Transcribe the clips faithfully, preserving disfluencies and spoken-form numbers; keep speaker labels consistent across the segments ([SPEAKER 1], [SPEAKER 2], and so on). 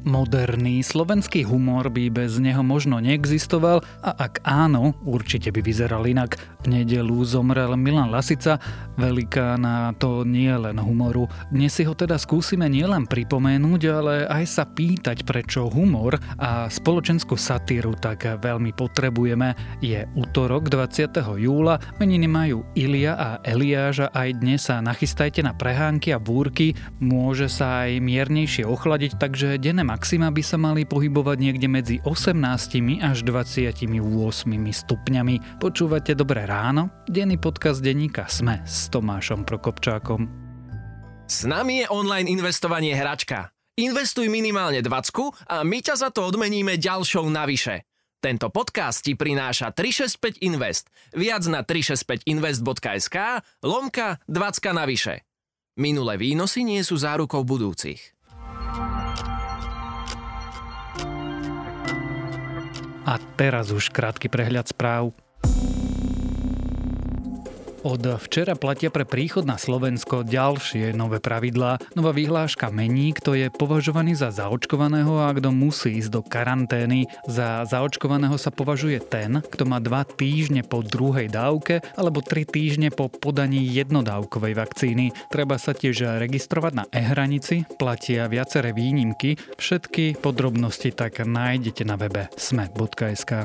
[SPEAKER 1] Moderný slovenský humor by bez neho možno neexistoval a ak áno, určite by vyzeral inak. V nedeľu zomrel Milan Lasica, velikán a to nie len humoru. Dnes si ho teda skúsime nielen pripomenúť, ale aj sa pýtať, prečo humor a spoločenskú satíru tak veľmi potrebujeme. Je utorok dvadsiateho júla, meniny majú Ilia a Eliáš a aj dnes sa nachystajte na prehánky a búrky. Môže sa aj miernejšie ochladiť, takže denné maxima by sa mali pohybovať niekde medzi osemnásť až dvadsaťosem stupňami. Počúvate Dobré ráno? Denný podcast denníka SME s Tomášom Prokopčákom.
[SPEAKER 2] S nami je online investovanie Hračka. Investuj minimálne dvacku a my ťa za to odmeníme ďalšou navyše. Tento podcast ti prináša tri šesť päť Invest. Viac na tri šesť päť invest bodka es ká lomka dvacka navyše. Minulé výnosy nie sú zárukou budúcich.
[SPEAKER 1] A teraz už krátky prehľad správ. Od včera platia pre príchod na Slovensko ďalšie nové pravidlá. Nová vyhláška mení, kto je považovaný za zaočkovaného a kto musí ísť do karantény. Za zaočkovaného sa považuje ten, kto má dva týždne po druhej dávke alebo tri týždne po podaní jednodávkovej vakcíny. Treba sa tiež registrovať na e-hranici, platia viaceré výnimky. Všetky podrobnosti tak nájdete na webe sme bodka es ká.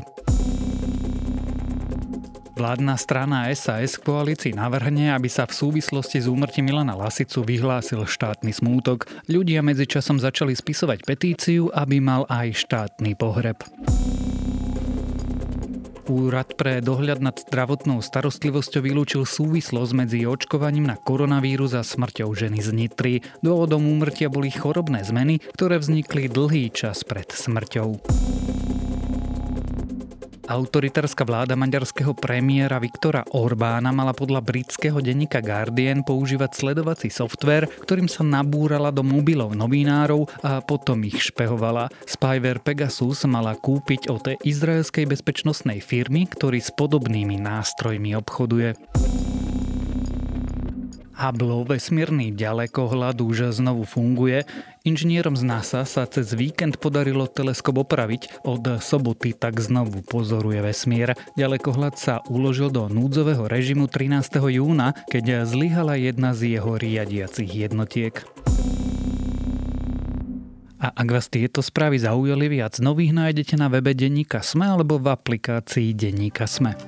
[SPEAKER 1] Vládna strana es a es k koalícii navrhne, aby sa v súvislosti s úmrtím Milana Lasicu vyhlásil štátny smútok. Ľudia medzičasom začali spisovať petíciu, aby mal aj štátny pohreb. Úrad pre dohľad nad zdravotnou starostlivosťou vylúčil súvislosť medzi očkovaním na koronavírus a smrťou ženy z Nitry. Dôvodom úmrtia boli chorobné zmeny, ktoré vznikli dlhý čas pred smrťou. Autoritárska vláda maďarského premiéra Viktora Orbána mala podľa britského denníka Guardian používať sledovací softvér, ktorým sa nabúrala do mobilov novinárov a potom ich špehovala. Spyware Pegasus mala kúpiť od izraelskej bezpečnostnej firmy, ktorý s podobnými nástrojmi obchoduje. Hubble vesmírny ďalekohľad už znovu funguje. Inžinierom z NASA sa cez víkend podarilo teleskop opraviť. Od soboty tak znovu pozoruje vesmír. Ďalekohľad sa uložil do núdzového režimu trinásteho júna, keď zlyhala jedna z jeho riadiacich jednotiek. A ak vás tieto správy zaujali, viac nových nájdete na webe denníka SME alebo v aplikácii denníka SME.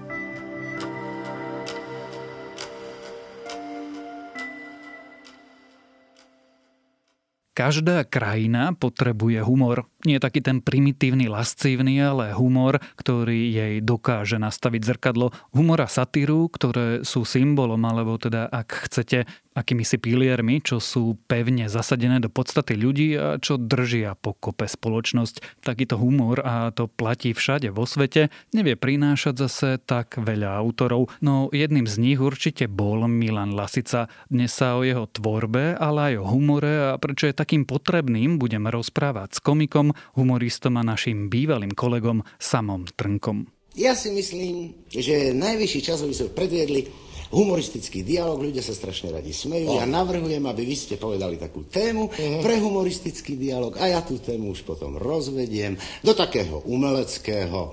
[SPEAKER 1] Každá krajina potrebuje humor. Nie taký ten primitívny, lascívny, ale humor, ktorý jej dokáže nastaviť zrkadlo. Humor a satíru, ktoré sú symbolom, alebo teda, ak chcete, akýmisi piliermi, čo sú pevne zasadené do podstaty ľudí a čo držia pokope spoločnosť. Takýto humor, a to platí všade vo svete, nevie prinášať zase tak veľa autorov. No jedným z nich určite bol Milan Lasica. Dnes sa o jeho tvorbe, ale aj o humore a prečo je takým potrebným budeme rozprávať s komikom, humoristom a našim bývalým kolegom Samom Trnkom.
[SPEAKER 3] Ja si myslím, že najvyšší čas, aby sme predviedli humoristický dialog, ľudia sa strašne radi smejú. Ja navrhujem, aby vy ste povedali takú tému pre humoristický dialog a ja tú tému už potom rozvediem do takého umeleckého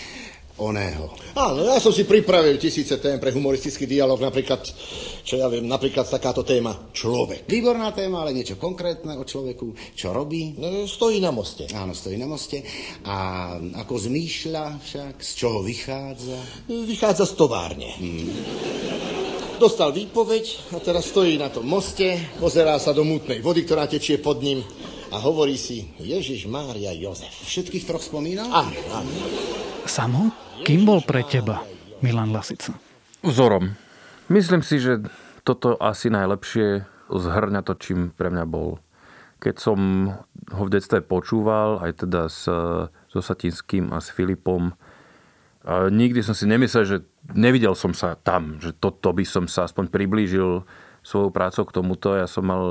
[SPEAKER 3] oného.
[SPEAKER 4] Áno, ja som si pripravil tisíce tém pre humoristický dialog, napríklad, čo ja viem, napríklad takáto téma človek.
[SPEAKER 3] Výborná téma, ale niečo konkrétne o človeku, čo robí?
[SPEAKER 4] No, stojí na moste.
[SPEAKER 3] Áno, stojí na moste. A ako zmýšľa však, z čoho vychádza?
[SPEAKER 4] Vychádza z továrne. Hmm. Dostal výpoveď a teraz stojí na tom moste, pozerá sa do mútnej vody, ktorá tečie pod ním a hovorí si Ježiš, Mária, Jozef.
[SPEAKER 3] Všetkých troch spomínal?
[SPEAKER 4] Áno, áno.
[SPEAKER 1] Samo? Kým bol pre teba Milan Lasica?
[SPEAKER 5] Vzorom. Myslím si, že toto asi najlepšie zhrňa to, čím pre mňa bol. Keď som ho v detstve počúval, aj teda s, so Satinským a s Filipom, a nikdy som si nemyslel, že nevidel som sa tam, že toto by som sa aspoň priblížil svojou prácou k tomuto. Ja som mal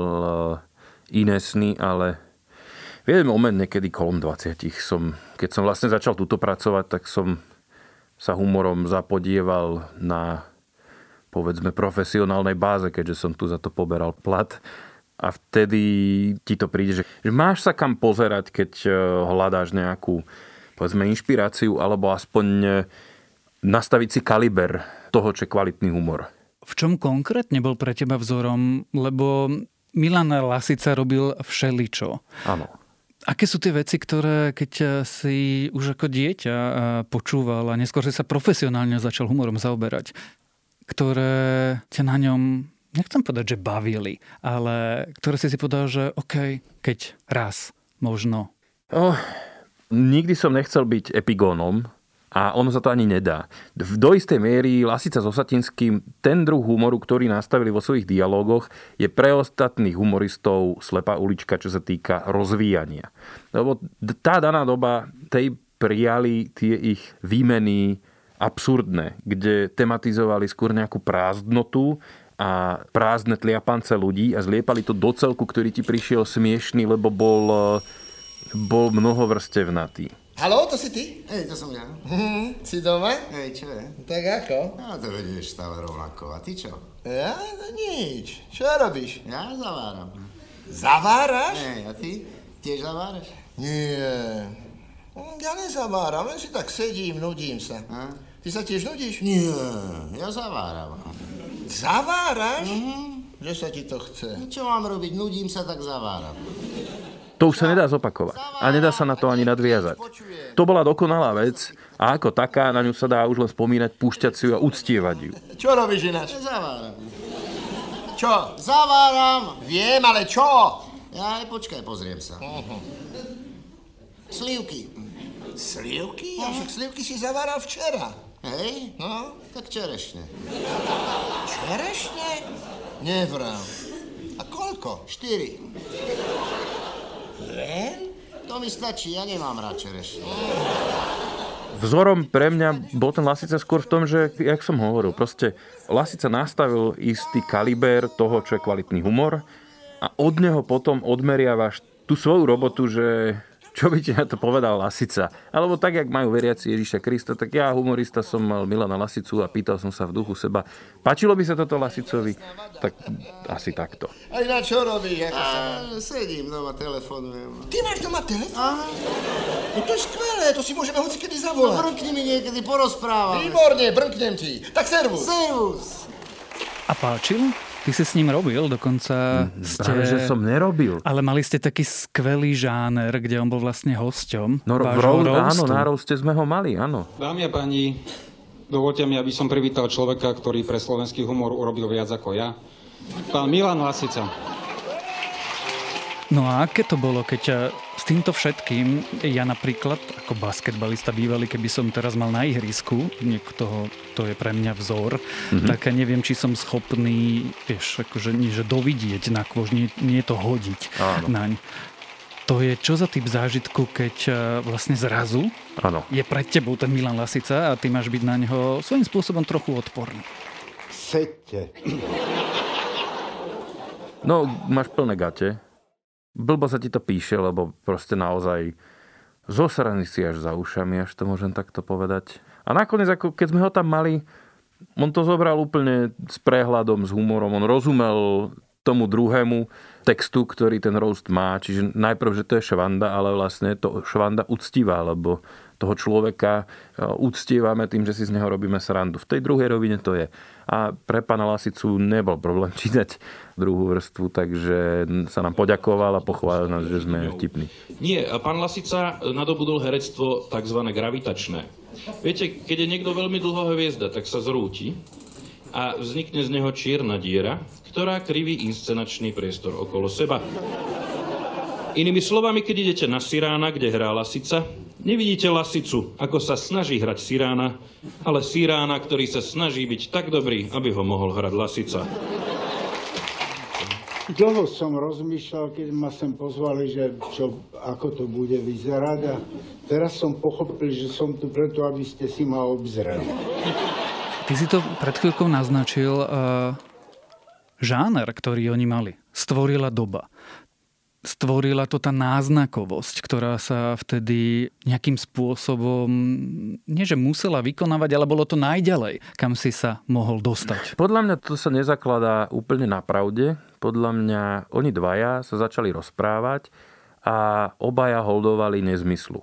[SPEAKER 5] iné sny, ale v jeden moment, niekedy kolom dvadsať, som, keď som vlastne začal túto pracovať, tak som sa humorom zapodieval na, povedzme, profesionálnej báze, keďže som tu za to poberal plat. a vtedy ti to príde, že, že máš sa kam pozerať, keď hľadáš nejakú, povedzme, inšpiráciu, alebo aspoň nastaviť si kaliber toho, čo je kvalitný humor.
[SPEAKER 1] V čom konkrétne bol pre teba vzorom? Lebo Milan Lasica robil všeličo.
[SPEAKER 5] Áno.
[SPEAKER 1] Aké sú tie veci, ktoré keď si už ako dieťa počúval a neskôr si sa profesionálne začal humorom zaoberať, ktoré ťa na ňom, nechcem povedať, že bavili, ale ktoré si si povedal, že OK, keď raz, možno.
[SPEAKER 5] Oh, nikdy som nechcel byť epigónom, a ono sa to ani nedá. Do istej miery Lasica s Osatinským, ten druh humoru, ktorý nastavili vo svojich dialógoch, je pre ostatných humoristov slepá ulička, čo sa týka rozvíjania. Lebo tá daná doba, tej prijali tie ich výmeny absurdné, kde tematizovali skôr nejakú prázdnotu a prázdne tliapance ľudí a zliepali to do celku, ktorý ti prišiel smiešný, lebo bol, bol mnohovrstevnatý.
[SPEAKER 4] Haló, to si ty?
[SPEAKER 6] Hej, to som ja.
[SPEAKER 4] Hm, si doma?
[SPEAKER 6] Hej, čo je?
[SPEAKER 4] Tak ako?
[SPEAKER 6] Ja to vedieš stále rovnako. A ty čo?
[SPEAKER 4] Ja? No nič. Čo robíš?
[SPEAKER 6] Ja zaváram.
[SPEAKER 4] Zaváraš?
[SPEAKER 6] Hej, a ty? Tiež zaváraš?
[SPEAKER 4] Nie. Ja nezaváram, len si tak sedím, nudím sa.
[SPEAKER 6] A?
[SPEAKER 4] Ty sa tiež nudíš?
[SPEAKER 6] Nie, ja zaváram.
[SPEAKER 4] Zaváraš?
[SPEAKER 6] Mhm.
[SPEAKER 4] Že sa ti to chce?
[SPEAKER 6] Čo mám robiť? Nudím sa, tak zaváram.
[SPEAKER 5] To už sa nedá zopakovať a nedá sa na to ani nadviazať. To bola dokonalá vec a ako taká na ňu sa dá už len spomínať, púšťať si ju a uctievať ju.
[SPEAKER 4] Čo robíš ináč?
[SPEAKER 6] Zaváram.
[SPEAKER 4] Čo?
[SPEAKER 6] Zaváram!
[SPEAKER 4] Viem, ale čo?
[SPEAKER 6] Ja, počkaj, pozriem sa.
[SPEAKER 4] Uh-huh.
[SPEAKER 6] Slivky.
[SPEAKER 4] Slivky? Ja však slivky si zaváral včera.
[SPEAKER 6] Hej?
[SPEAKER 4] No?
[SPEAKER 6] Tak čerešne.
[SPEAKER 4] Čerešne? Nevram. A koľko?
[SPEAKER 6] Štyri.
[SPEAKER 4] Len?
[SPEAKER 6] To mi stačí, ja nemám rád čerešne.
[SPEAKER 5] Vzorom pre mňa bol ten Lasica skôr v tom, že, jak som hovoril, proste Lasica nastavil istý kaliber toho, čo je kvalitný humor a od neho potom odmeriavaš tú svoju robotu, že čo by ti na to povedal Lasica. Alebo tak, jak majú veriaci Ježiša Krista, tak ja, humorista, som mal Milana Lasicu a pýtal som sa v duchu seba, páčilo by sa toto Lasicovi? Tak asi takto.
[SPEAKER 4] A ináč čo robíš? Ako sa...
[SPEAKER 6] A, sedím doma, telefonujem.
[SPEAKER 4] Ty máš doma telefón?
[SPEAKER 6] Aha.
[SPEAKER 4] No to je skvelé, to si môžeme hocikedy
[SPEAKER 6] No
[SPEAKER 4] zavolať.
[SPEAKER 6] brnkni mi niekedy, porozprávame.
[SPEAKER 4] Výborne, brnknem ti. Tak servus.
[SPEAKER 6] Servus.
[SPEAKER 1] A páčil? Ty si s ním robil, dokonca ste...
[SPEAKER 5] Práve, že som nerobil.
[SPEAKER 1] Ale mali ste taký skvelý žáner, kde on bol vlastne hosťom.
[SPEAKER 5] No, v
[SPEAKER 1] vášho
[SPEAKER 5] ro- áno,
[SPEAKER 1] roastu.
[SPEAKER 5] na roaste sme ho mali, áno.
[SPEAKER 7] Dámy a páni, dovoľte mi, aby som privítal človeka, ktorý pre slovenský humor urobil viac ako ja. Pán Milan Lasica.
[SPEAKER 1] No a aké to bolo, keď s týmto všetkým, ja napríklad ako basketbalista bývalý, keby som teraz mal na ihrisku niekoho, to je pre mňa vzor, mm-hmm. tak neviem, či som schopný, vieš, akože nie, že dovidieť na kôž, nie, nie to hodiť
[SPEAKER 5] Áno.
[SPEAKER 1] naň. To je čo za typ zážitku, keď vlastne zrazu
[SPEAKER 5] Áno.
[SPEAKER 1] je pred tebou ten Milan Lasica a ty máš byť na neho svojím spôsobom trochu odporný.
[SPEAKER 3] Sedte.
[SPEAKER 5] No, máš plné gate. Blbo sa ti to píše, lebo proste naozaj zosraný si až za ušami, až to môžem takto povedať. A nakoniec, ako keď sme ho tam mali, on to zobral úplne s prehľadom, s humorom. On rozumel tomu druhému textu, ktorý ten roast má. Čiže najprv, že to je švanda, ale vlastne to švanda uctivá, lebo toho človeka uctievame tým, že si z neho robíme srandu. V tej druhej rovine to je. A pre pána Lasicu nebol problém čítať druhú vrstvu, takže sa nám poďakoval a pochválil nás, že sme vtipní.
[SPEAKER 8] Nie, pán Lasica nadobudol herectvo tzv. Gravitačné. Viete, keď je niekto veľmi dlho hviezda, tak sa zrúti a vznikne z neho čierna diera, ktorá kriví inscenačný priestor okolo seba. Inými slovami, keď idete na Sirána, kde hrá Lasica, nevidíte Lasicu, ako sa snaží hrať Sirána, ale Sirána, ktorý sa snaží byť tak dobrý, aby ho mohol hrať Lasica.
[SPEAKER 9] Dlho som rozmýšľal, keď ma sem pozvali, že čo, ako to bude vyzerať a teraz som pochopil, že som tu preto, aby ste si ma obzreli.
[SPEAKER 1] Ty si to pred chvíľkou naznačil, uh, žáner, ktorý oni mali, stvorila doba. stvorila to tá náznakovosť, ktorá sa vtedy nejakým spôsobom, nie že musela vykonávať, ale bolo to najďalej, kam si sa mohol dostať.
[SPEAKER 5] Podľa mňa to sa nezakladá úplne na pravde. Podľa mňa oni dvaja sa začali rozprávať a obaja holdovali nezmyslu.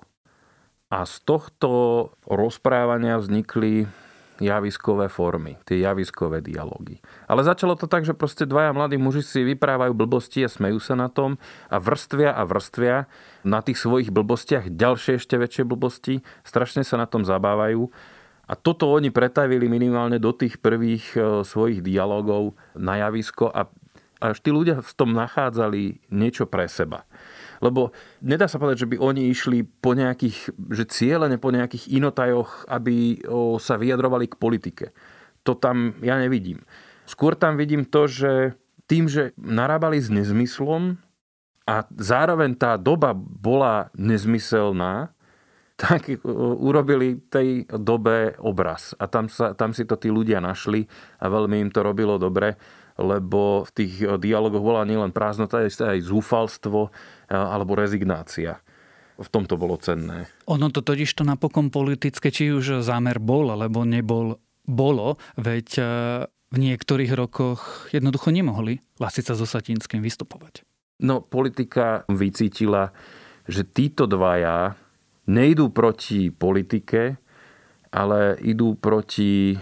[SPEAKER 5] A z tohto rozprávania vznikli javiskové formy, tie javiskové dialógy. Ale začalo to tak, že proste dvaja mladí muži si vyprávajú blbosti a smejú sa na tom a vrstvia a vrstvia na tých svojich blbostiach ďalšie ešte väčšie blbosti, strašne sa na tom zabávajú a toto oni pretavili minimálne do tých prvých svojich dialógov na javisko a až tí ľudia v tom nachádzali niečo pre seba. Lebo nedá sa povedať, že by oni išli po nejakých, že cieľene po nejakých inotajoch, aby sa vyjadrovali k politike. To tam ja nevidím. Skôr tam vidím to, že tým, že narábali s nezmyslom a zároveň tá doba bola nezmyselná, tak urobili tej dobe obraz. A tam, sa, tam si to tí ľudia našli a veľmi im to robilo dobre, lebo v tých dialogoch bola nielen prázdnota, aj zúfalstvo alebo rezignácia. V tom to bolo cenné.
[SPEAKER 1] Ono to totiž to napokon politické, či už zámer bol, alebo nebol, bolo, veď v niektorých rokoch jednoducho nemohli Lasica so Satinským vystupovať.
[SPEAKER 5] No, politika vycítila, že títo dvaja nejdú proti politike, ale idú proti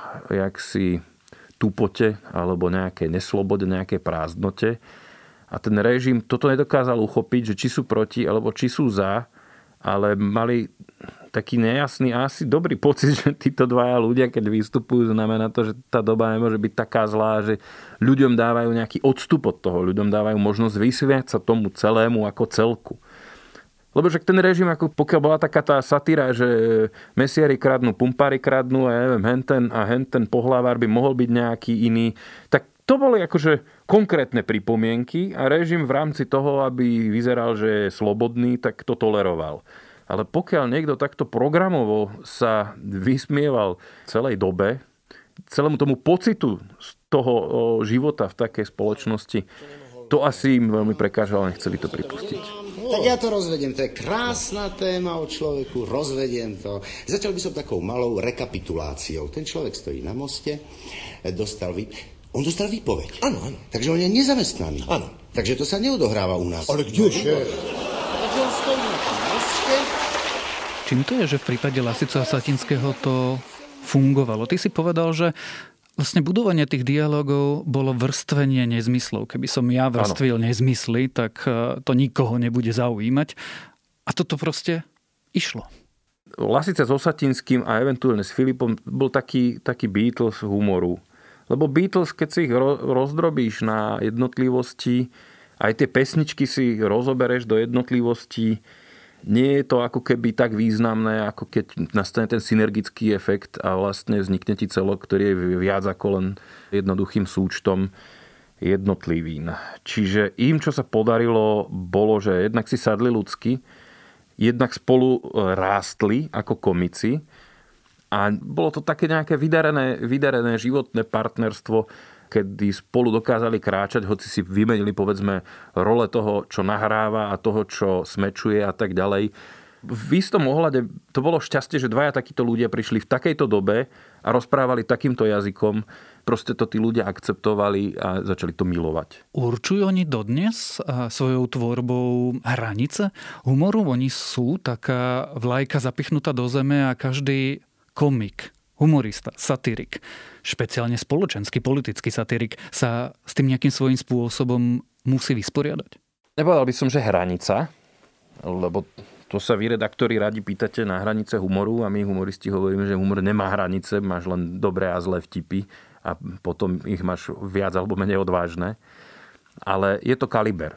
[SPEAKER 5] jaksi tupote alebo nejaké neslobode, nejaké prázdnote. A ten režim toto nedokázal uchopiť, že či sú proti alebo či sú za, ale mali taký nejasný a asi dobrý pocit, že títo dvaja ľudia, keď vystupujú, znamená to, že tá doba nemôže byť taká zlá, že ľuďom dávajú nejaký odstup od toho, ľuďom dávajú možnosť vysmiať sa tomu celému ako celku. Lebo že ten režim, ako pokiaľ bola taká tá satíra, že mesiari kradnú, pumpári kradnú a ja neviem, henten a henten pohlavár by mohol byť nejaký iný, tak to boli akože konkrétne pripomienky a režim v rámci toho, aby vyzeral, že je slobodný, tak to toleroval. Ale pokiaľ niekto takto programovo sa vysmieval celej dobe, celému tomu pocitu z toho života v takej spoločnosti, to asi im veľmi prekážalo, nechceli to pripustiť.
[SPEAKER 3] Tak ja to rozvediem, to je krásna téma o človeku, rozvediem to. Začal by som takou malou rekapituláciou. Ten človek stojí na moste, dostal vý... on dostal výpoveď.
[SPEAKER 4] Áno, áno.
[SPEAKER 3] Takže on je nezamestnaný.
[SPEAKER 4] Áno.
[SPEAKER 3] Takže to sa neodohráva u nás.
[SPEAKER 4] Ale kdeže?
[SPEAKER 3] Takže on stojí na tom moste.
[SPEAKER 1] Čím to je, že v prípade Lasica a Satinského to fungovalo? Ty si povedal, že vlastne budovanie tých dialogov bolo vrstvenie nezmyslov. Keby som ja vrstvil ano. nezmysly, tak to nikoho nebude zaujímať. A toto proste išlo.
[SPEAKER 5] Lasica so Satinským a eventuálne s Filipom bol taký, taký Beatles humoru. Lebo Beatles, keď si ich rozdrobíš na jednotlivosti, aj tie pesničky si rozobereš do jednotlivostí, nie je to ako keby tak významné, ako keď nastane ten synergický efekt a vlastne vznikne ti celok, ktorý je viac ako len jednoduchým súčtom jednotlivín. Čiže im, čo sa podarilo, bolo, že jednak si sadli ľudsky, jednak spolu rástli ako komici a bolo to také nejaké vydarené, vydarené životné partnerstvo, kedy spolu dokázali kráčať, hoci si vymenili, povedzme, role toho, čo nahráva a toho, čo smečuje a tak ďalej. V istom ohľade to bolo šťastie, že dvaja takíto ľudia prišli v takejto dobe a rozprávali takýmto jazykom. Proste to tí ľudia akceptovali a začali to milovať.
[SPEAKER 1] Určujú oni dodnes svojou tvorbou hranice humoru? Oni sú taká vlajka zapichnutá do zeme a každý komik, humorista, satirik, špeciálne spoločenský, politický satirik sa s tým nejakým svojím spôsobom musí vysporiadať?
[SPEAKER 5] Nepovedal by som, že hranica, lebo to sa vy redaktori radi pýtate na hranice humoru a my humoristi hovoríme, že humor nemá hranice, máš len dobré a zlé vtipy a potom ich máš viac alebo menej odvážne. Ale je to kaliber.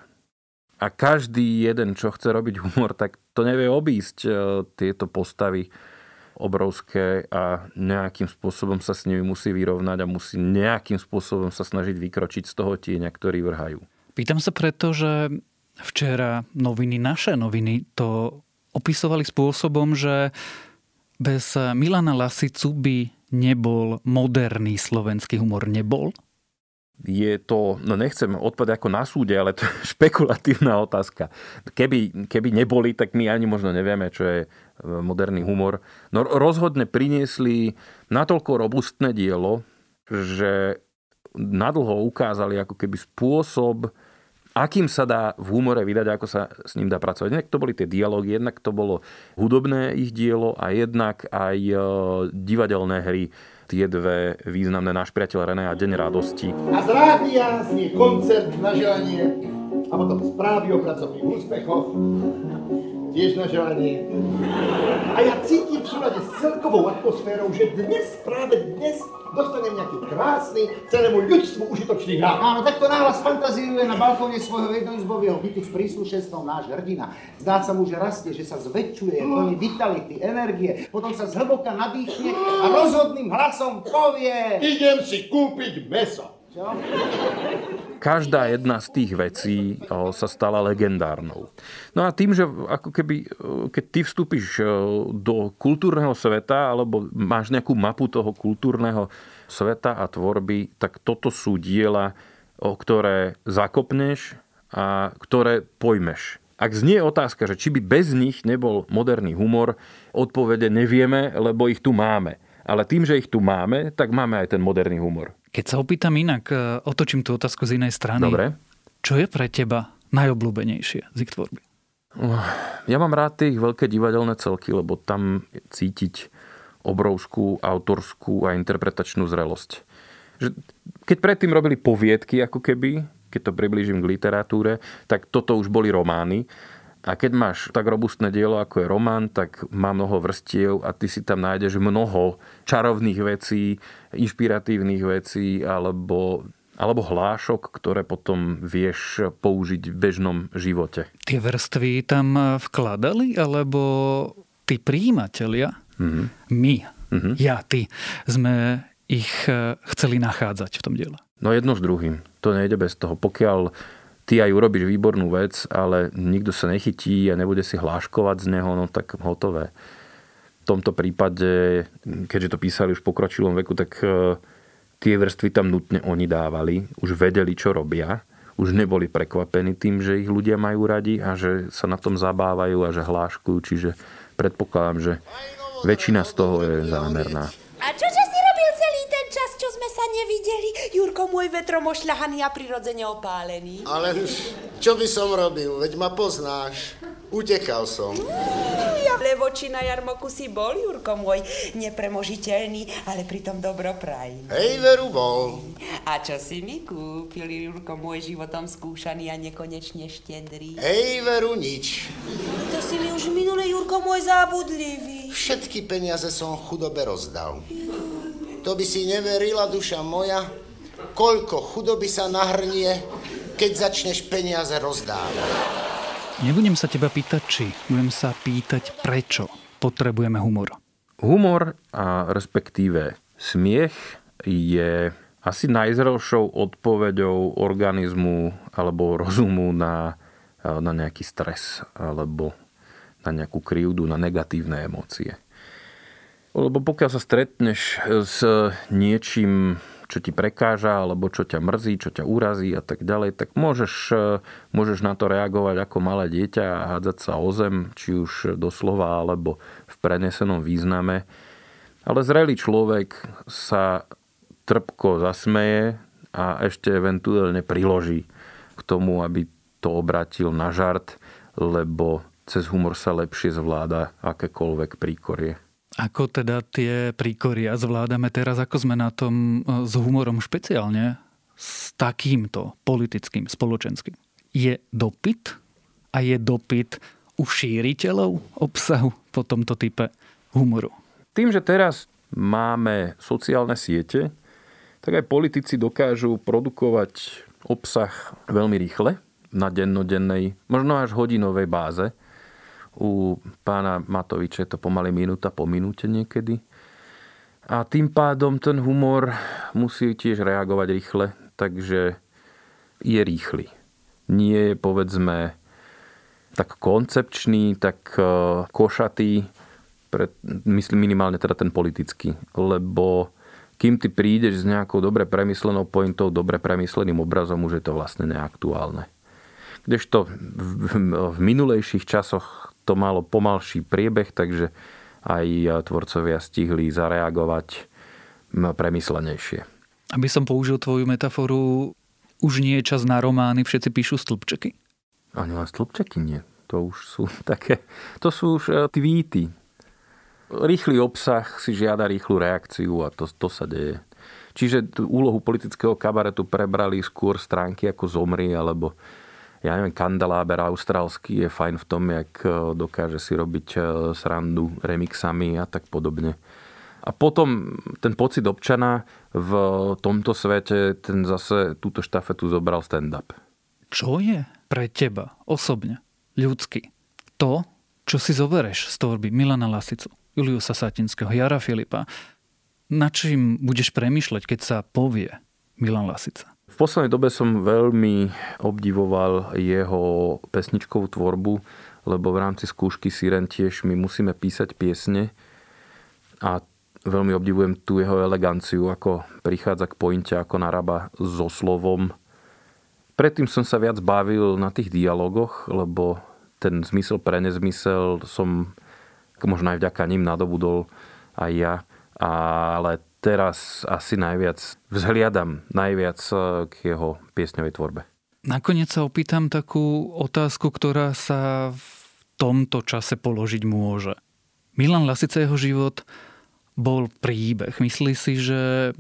[SPEAKER 5] A každý jeden, čo chce robiť humor, tak to nevie obísť tieto postavy obrovské a nejakým spôsobom sa s nimi musí vyrovnať a musí nejakým spôsobom sa snažiť vykročiť z toho tieňa, ktorý vrhajú.
[SPEAKER 1] Pýtam sa preto, že včera noviny, naše noviny to opisovali spôsobom, že bez Milana Lasicu by nebol moderný slovenský humor. Nebol?
[SPEAKER 5] Je to, no nechcem odpovedať ako na súde, ale to je špekulatívna otázka. Keby, keby neboli, tak my ani možno nevieme, čo je moderný humor. No rozhodne priniesli natoľko robustné dielo, že nadlho ukázali ako keby spôsob, akým sa dá v humore vydať, ako sa s ním dá pracovať. Jednak to boli tie dialógy, jednak to bolo hudobné ich dielo a jednak aj divadelné hry. Tie dve významné, Náš priateľ René a Deň radosti.
[SPEAKER 4] A z rádia znie koncert na želanie a potom správy o pracovných úspechoch, tiež na želanie. A ja cítim v súlade s celkovou atmosférou, že dnes, práve dnes, dostanem nejaký krásny, celému ľudstvu užitočný hrad.
[SPEAKER 6] Áno, takto náhlas fantazíruje na balkóne svojho jednoizbového bytu s príslušenstvom náš hrdina. Zdá sa mu, že rastie, že sa zväčšuje, je plný vitality, energie, potom sa zhlboka nadýchne a rozhodným hlasom povie...
[SPEAKER 4] Idem si kúpiť mäso.
[SPEAKER 6] Čo?
[SPEAKER 5] Každá jedna z tých vecí sa stala legendárnou. No a tým, že ako keby, keď ty vstúpiš do kultúrneho sveta alebo máš nejakú mapu toho kultúrneho sveta a tvorby, tak toto sú diela, o ktoré zakopneš a ktoré pojmeš. Ak znie otázka, že či by bez nich nebol moderný humor, odpovede nevieme, lebo ich tu máme. Ale tým, že ich tu máme, tak máme aj ten moderný humor.
[SPEAKER 1] Keď sa opýtam inak, otočím tú otázku z inej strany.
[SPEAKER 5] Dobre.
[SPEAKER 1] Čo je pre teba najobľúbenejšie z ich tvorby?
[SPEAKER 5] Ja mám rád tie veľké divadelné celky, lebo tam cítiť obrovskú autorskú a interpretačnú zrelosť. Že keď predtým robili poviedky, ako keby, keď to priblížim k literatúre, tak toto už boli romány. A keď máš tak robustné dielo, ako je román, tak má mnoho vrstiev a ty si tam nájdeš mnoho čarovných vecí, inšpiratívnych vecí alebo, alebo hlášok, ktoré potom vieš použiť v bežnom živote.
[SPEAKER 1] Tie vrstvy tam vkladali, alebo tí prijímatelia, mm-hmm. my, mm-hmm. ja, ty, sme ich chceli nachádzať v tom diele?
[SPEAKER 5] No jedno s druhým. To nejde bez toho. Pokiaľ ty aj urobíš výbornú vec, ale nikto sa nechytí a nebude si hláškovať z neho, no tak hotové. V tomto prípade, keďže to písali už v pokročilom veku, tak tie vrstvy tam nutne oni dávali. Už vedeli, čo robia. Už neboli prekvapení tým, že ich ľudia majú radi a že sa na tom zabávajú a že hláškujú. Čiže predpokladám, že väčšina z toho je zámerná.
[SPEAKER 10] A čože si robil celý ten čas, čo sme sa nevideli? Jurko, môj vetrom ošľahaný a prirodzene opálený.
[SPEAKER 6] Ale čo by som robil? Veď ma poznáš. Utekal som.
[SPEAKER 10] Mm, ja v Levoči na jarmoku si bol, Jurko môj, nepremožiteľný, ale pritom dobroprajný.
[SPEAKER 6] Hej, veru bol.
[SPEAKER 10] A čo si mi kúpil, Jurko môj, životom skúšaný a nekonečne štedrý?
[SPEAKER 6] Hej, veru nič.
[SPEAKER 10] To si mi už minule, Jurko môj, zábudlivý.
[SPEAKER 6] Všetky peniaze som chudobe rozdal. To by si neverila, duša moja, koľko chudoby sa nahrnie, keď začneš peniaze rozdávať.
[SPEAKER 1] Nebudem sa teba pýtať, či. Budem sa pýtať, prečo potrebujeme humor.
[SPEAKER 5] Humor a respektíve smiech je asi najzrelšou odpoveďou organizmu alebo rozumu na, na nejaký stres alebo na nejakú krivdu, na negatívne emócie. Lebo pokiaľ sa stretneš s niečím, čo ti prekáža, alebo čo ťa mrzí, čo ťa urazí a tak ďalej, tak môžeš, môžeš na to reagovať ako malé dieťa a hádzať sa o zem, či už doslova, alebo v prenesenom význame. Ale zrelý človek sa trpko zasmeje a ešte eventuálne priloží k tomu, aby to obrátil na žart, lebo cez humor sa lepšie zvláda akékoľvek príkorie.
[SPEAKER 1] Ako teda tie príkoria zvládame teraz, ako sme na tom s humorom špeciálne, s takýmto politickým, spoločenským? Je dopyt a je dopyt u šíriteľov obsahu po tomto type humoru? Tým,
[SPEAKER 5] že teraz máme sociálne siete, tak aj politici dokážu produkovať obsah veľmi rýchle, na dennodennej, možno až hodinovej báze. U pána Matoviča je to pomaly minúta po minúte niekedy. A tým pádom ten humor musí tiež reagovať rýchle, takže je rýchly. Nie je, povedzme, tak koncepčný, tak košatý, myslím minimálne teda ten politický, lebo kým ty prídeš s nejakou dobre premyslenou pointou, dobre premysleným obrazom, už je to vlastne neaktuálne. Kdežto v, v, v minulejších časoch to malo pomalší priebeh, takže aj tvorcovia stihli zareagovať premyslenejšie.
[SPEAKER 1] Aby som použil tvoju metaforu, už nie je čas na romány, všetci píšu stĺpčeky?
[SPEAKER 5] Ani len stĺpčeky nie. To už sú také, to sú už tweety. Rýchly obsah si žiada rýchlu reakciu a to, to sa deje. Čiže tú úlohu politického kabaretu prebrali skôr stránky ako Zomri, alebo ja neviem, Kandeláber austrálsky je fajn v tom, jak dokáže si robiť srandu remixami a tak podobne. A potom ten pocit občana v tomto svete, ten zase túto štafetu zobral stand-up.
[SPEAKER 1] Čo je pre teba osobne, ľudsky, to, čo si zobereš z tvorby Milana Lasicu, Juliusa Satinského, Jara Filipa? Na čím budeš premýšľať, keď sa povie Milan Lasica?
[SPEAKER 5] V poslednej dobe som veľmi obdivoval jeho pesničkovú tvorbu, lebo v rámci skúšky Siren tiež my musíme písať piesne a veľmi obdivujem tú jeho eleganciu, ako prichádza k pointe, ako narába so slovom. Predtým som sa viac bavil na tých dialogoch, lebo ten zmysel pre nezmysel som možno aj vďaka ním nadobudol aj ja, ale teraz asi najviac vzhliadam najviac k jeho piesňovej tvorbe.
[SPEAKER 1] Nakoniec sa opýtam takú otázku, ktorá sa v tomto čase položiť môže. Milan Lasica, jeho život bol príbeh. Myslí si, že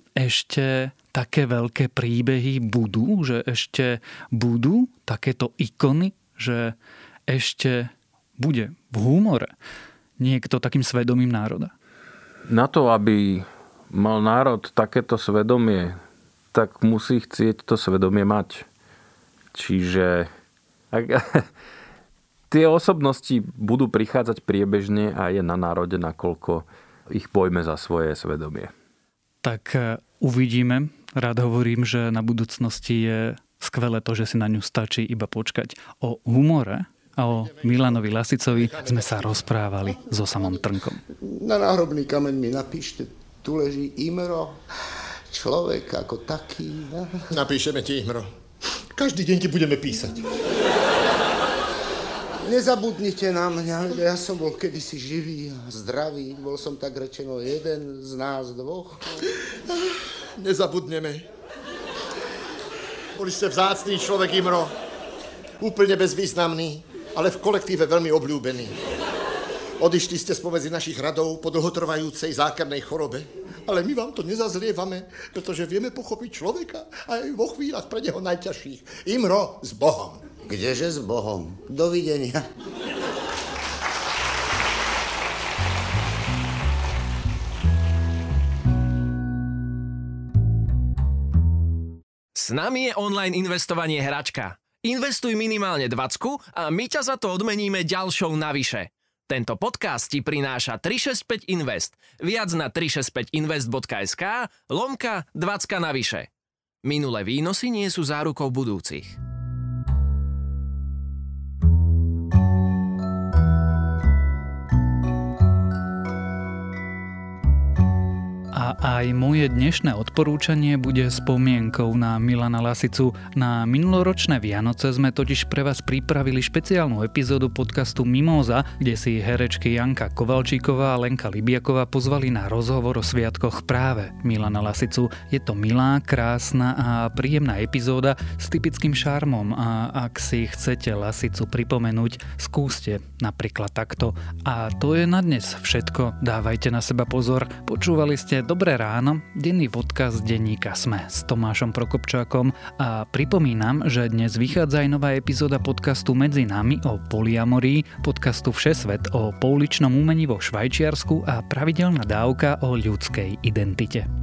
[SPEAKER 1] ešte také veľké príbehy budú? Že ešte budú takéto ikony? Že ešte bude v humore niekto takým svedomím národa?
[SPEAKER 5] Na to, aby mal národ takéto svedomie, tak musí chcieť to svedomie mať. Čiže ak, tie osobnosti budú prichádzať priebežne a je na národe, nakoľko ich pojme za svoje svedomie.
[SPEAKER 1] Tak uvidíme. Rád hovorím, že na budúcnosti je skvelé to, že si na ňu stačí iba počkať. O humore a o Milanovi Lasicovi sme sa rozprávali so Samom Trnkom.
[SPEAKER 3] Na náhrobný kameň mi napíšte, tu leží Imro, človek ako taký.
[SPEAKER 4] Napíšeme ti, Imro. Každý deň ti budeme písať.
[SPEAKER 3] Nezabudnite na mňa, ja som bol kedysi živý a zdravý. Bol som tak rečeno jeden z nás dvoch.
[SPEAKER 4] Nezabudneme. Boli ste vzácný človek, Imro. Úplne bezvýznamný, ale v kolektíve veľmi obľúbený. Odišli ste spomedzi našich radov po dlhotrvajúcej zákernej chorobe, ale my vám to nezazlievame, pretože vieme pochopiť človeka aj vo chvíľach pre neho najťažších. Imro, s Bohom.
[SPEAKER 3] Kdeže s Bohom? Dovidenia.
[SPEAKER 2] S nami je online investovanie Hračka. Investuj minimálne dvacku a my ťa za to odmeníme ďalšou navyše. Tento podcast ti prináša tri šesť päť Invest. Viac na tri šesť päť invest bodka es ká lomka dvacka navyše. Minulé výnosy nie sú zárukou budúcich.
[SPEAKER 1] A aj moje dnešné odporúčanie bude spomienkou na Milana Lasicu. Na minuloročné Vianoce sme totiž pre vás pripravili špeciálnu epizódu podcastu Mimóza, kde si herečky Janka Kovalčíková a Lenka Libiaková pozvali na rozhovor o sviatkoch práve Milana Lasicu. Je to milá, krásna a príjemná epizóda s typickým šarmom a ak si chcete Lasicu pripomenúť, skúste napríklad takto. A to je na dnes všetko. Dávajte na seba pozor. Počúvali ste Dobré ráno, denný podcast denníka SME s Tomášom Prokopčákom a pripomínam, že dnes vychádza aj nová epizóda podcastu Medzi nami o polyamorii, podcastu Všesvet o pouličnom umení vo Švajčiarsku a pravidelná dávka o ľudskej identite.